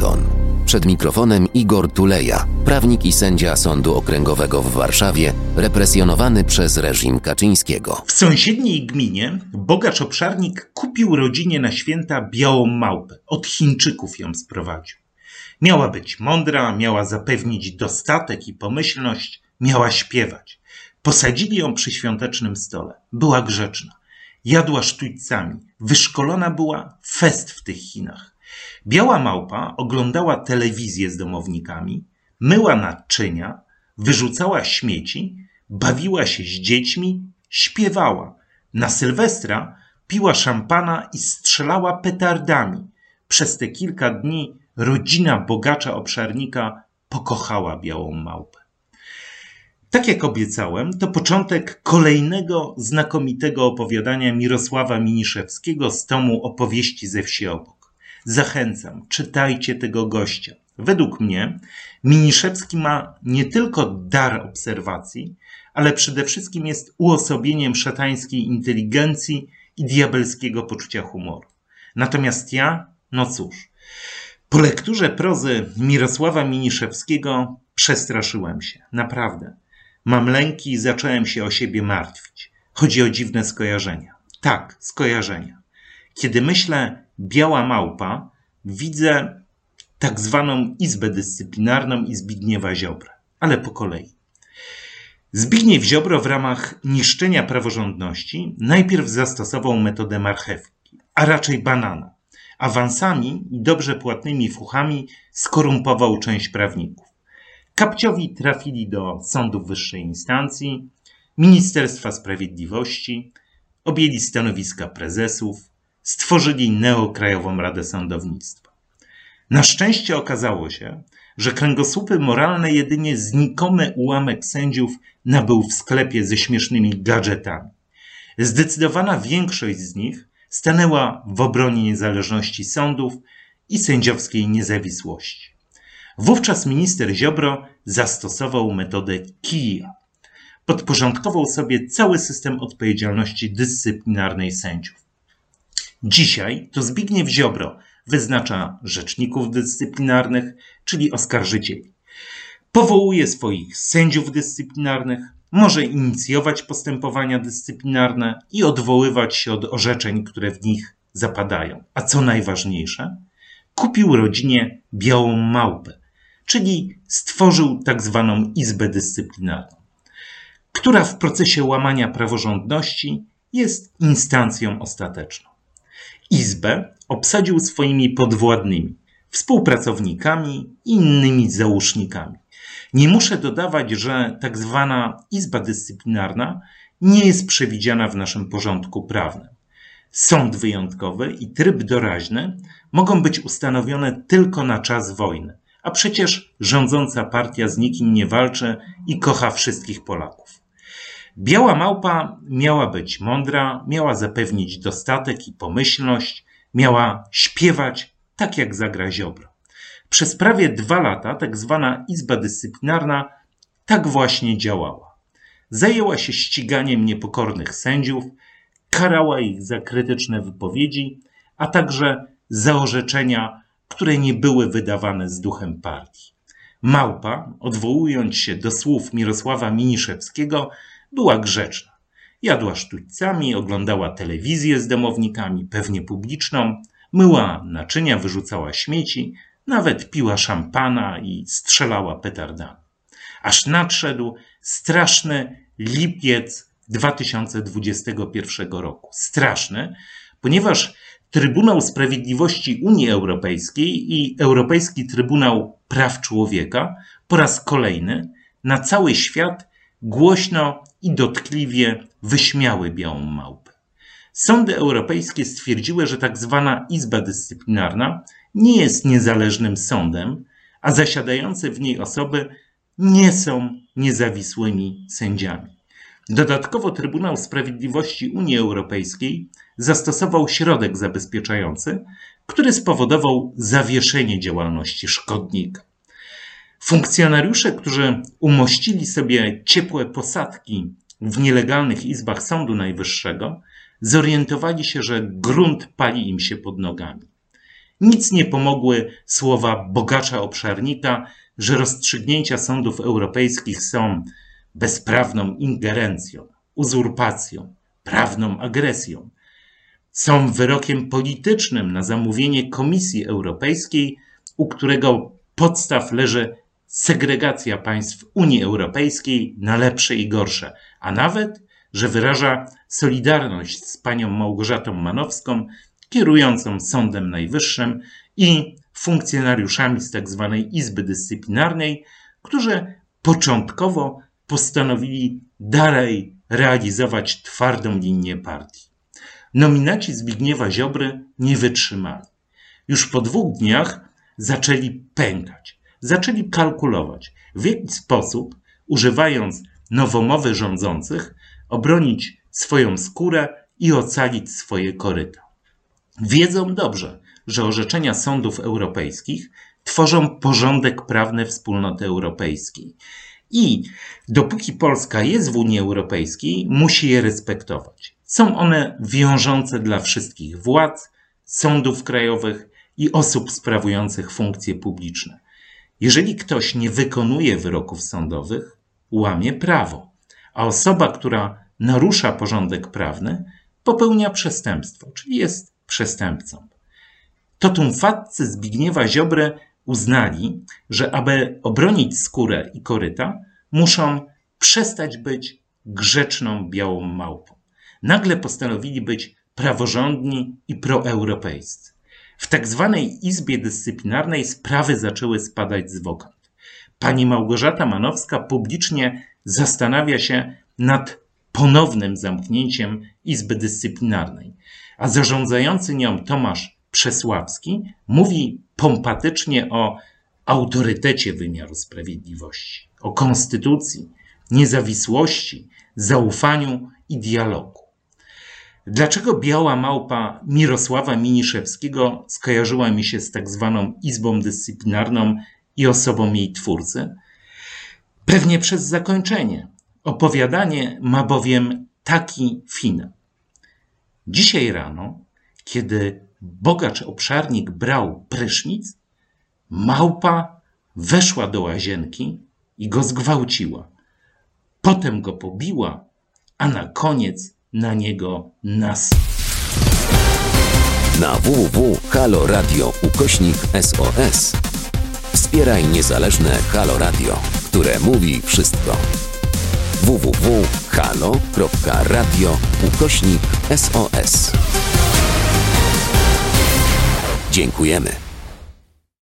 Waszyngton. Przed mikrofonem Igor Tuleja, prawnik i sędzia Sądu Okręgowego w Warszawie, represjonowany przez reżim Kaczyńskiego. W sąsiedniej gminie bogacz obszarnik kupił rodzinie na święta białą małpę. Od Chińczyków ją sprowadził. Miała być mądra, miała zapewnić dostatek i pomyślność, miała śpiewać. Posadzili ją przy świątecznym stole. Była grzeczna. Jadła sztućcami. Wyszkolona była, fest w tych Chinach. Biała małpa oglądała telewizję z domownikami, myła naczynia, wyrzucała śmieci, bawiła się z dziećmi, śpiewała. Na Sylwestra piła szampana i strzelała petardami. Przez te kilka dni rodzina bogacza obszarnika pokochała białą małpę. Tak jak obiecałem, to początek kolejnego znakomitego opowiadania Mirosława Miniszewskiego z tomu Opowieści ze wsi obok. Zachęcam, czytajcie tego gościa. Według mnie Miniszewski ma nie tylko dar obserwacji, ale przede wszystkim jest uosobieniem szatańskiej inteligencji i diabelskiego poczucia humoru. Natomiast ja, no cóż, po lekturze prozy Mirosława Miniszewskiego przestraszyłem się, naprawdę. Mam lęki i zacząłem się o siebie martwić. Chodzi o dziwne skojarzenia. Tak, skojarzenia. Kiedy myślę biała małpa, widzę tak zwaną Izbę Dyscyplinarną i Zbigniewa Ziobrę. Ale po kolei. Zbigniew Ziobro w ramach niszczenia praworządności najpierw zastosował metodę marchewki, a raczej banana. Awansami i dobrze płatnymi fuchami skorumpował część prawników. Kapciowi trafili do sądów wyższej instancji, Ministerstwa Sprawiedliwości, objęli stanowiska prezesów, stworzyli Neokrajową Radę Sądownictwa. Na szczęście okazało się, że kręgosłupy moralne jedynie znikomy ułamek sędziów nabył w sklepie ze śmiesznymi gadżetami. Zdecydowana większość z nich stanęła w obronie niezależności sądów i sędziowskiej niezawisłości. Wówczas minister Ziobro zastosował metodę kija. Podporządkował sobie cały system odpowiedzialności dyscyplinarnej sędziów. Dzisiaj to Zbigniew Ziobro wyznacza rzeczników dyscyplinarnych, czyli oskarżycieli. Powołuje swoich sędziów dyscyplinarnych, może inicjować postępowania dyscyplinarne i odwoływać się od orzeczeń, które w nich zapadają. A co najważniejsze, kupił rodzinie białą małpę, czyli stworzył tak zwaną Izbę Dyscyplinarną, która w procesie łamania praworządności jest instancją ostateczną. Izbę obsadził swoimi podwładnymi, współpracownikami i innymi załóżnikami. Nie muszę dodawać, że tak zwana Izba Dyscyplinarna nie jest przewidziana w naszym porządku prawnym. Sąd wyjątkowy i tryb doraźny mogą być ustanowione tylko na czas wojny, a przecież rządząca partia z nikim nie walczy i kocha wszystkich Polaków. Biała małpa miała być mądra, miała zapewnić dostatek i pomyślność, miała śpiewać tak jak zagra Ziobro. Przez prawie 2 lata tak zwana Izba Dyscyplinarna tak właśnie działała. Zajęła się ściganiem niepokornych sędziów, karała ich za krytyczne wypowiedzi, a także za orzeczenia, które nie były wydawane z duchem partii. Małpa, odwołując się do słów Mirosława Miniszewskiego, była grzeczna. Jadła sztućcami, oglądała telewizję z domownikami, pewnie publiczną, myła naczynia, wyrzucała śmieci, nawet piła szampana i strzelała petardami. Aż nadszedł straszny lipiec 2021 roku. Straszny, ponieważ Trybunał Sprawiedliwości Unii Europejskiej i Europejski Trybunał Praw Człowieka po raz kolejny na cały świat głośno i dotkliwie wyśmiały białą małpę. Sądy europejskie stwierdziły, że tak zwana Izba Dyscyplinarna nie jest niezależnym sądem, a zasiadające w niej osoby nie są niezawisłymi sędziami. Dodatkowo Trybunał Sprawiedliwości Unii Europejskiej zastosował środek zabezpieczający, który spowodował zawieszenie działalności szkodnika. Funkcjonariusze, którzy umościli sobie ciepłe posadki w nielegalnych izbach Sądu Najwyższego, zorientowali się, że grunt pali im się pod nogami. Nic nie pomogły słowa bogacza obszarnika, że rozstrzygnięcia sądów europejskich są bezprawną ingerencją, uzurpacją, prawną agresją. Są wyrokiem politycznym na zamówienie Komisji Europejskiej, u którego podstaw leży segregacja państw Unii Europejskiej na lepsze i gorsze, a nawet, że wyraża solidarność z panią Małgorzatą Manowską, kierującą Sądem Najwyższym i funkcjonariuszami z tzw. Izby Dyscyplinarnej, którzy początkowo postanowili dalej realizować twardą linię partii. Nominaci Zbigniewa Ziobry nie wytrzymali. Już po 2 dniach zaczęli pękać, zaczęli kalkulować, w jaki sposób, używając nowomowy rządzących, obronić swoją skórę i ocalić swoje koryta. Wiedzą dobrze, że orzeczenia sądów europejskich tworzą porządek prawny Wspólnoty Europejskiej i dopóki Polska jest w Unii Europejskiej, musi je respektować. Są one wiążące dla wszystkich władz, sądów krajowych i osób sprawujących funkcje publiczne. Jeżeli ktoś nie wykonuje wyroków sądowych, łamie prawo, a osoba, która narusza porządek prawny, popełnia przestępstwo, czyli jest przestępcą. Totumfatcy Zbigniewa Ziobry uznali, że aby obronić skórę i koryta, muszą przestać być grzeczną białą małpą. Nagle postanowili być praworządni i proeuropejscy. W tak zwanej Izbie Dyscyplinarnej sprawy zaczęły spadać z wokód. Pani Małgorzata Manowska publicznie zastanawia się nad ponownym zamknięciem Izby Dyscyplinarnej, a zarządzający nią Tomasz Przesławski mówi pompatycznie o autorytecie wymiaru sprawiedliwości, o konstytucji, niezawisłości, zaufaniu i dialogu. Dlaczego biała małpa Mirosława Miniszewskiego skojarzyła mi się z tak zwaną Izbą Dyscyplinarną i osobą jej twórcy? Pewnie przez zakończenie. Opowiadanie ma bowiem taki finał. Dzisiaj rano, kiedy bogacz obszarnik brał prysznic, małpa weszła do łazienki i go zgwałciła. Potem go pobiła, a na koniec na niego nas. Na www.haloradio.SOS wspieraj niezależne Halo Radio, które mówi wszystko. www.halo.radio/SOS. Dziękujemy.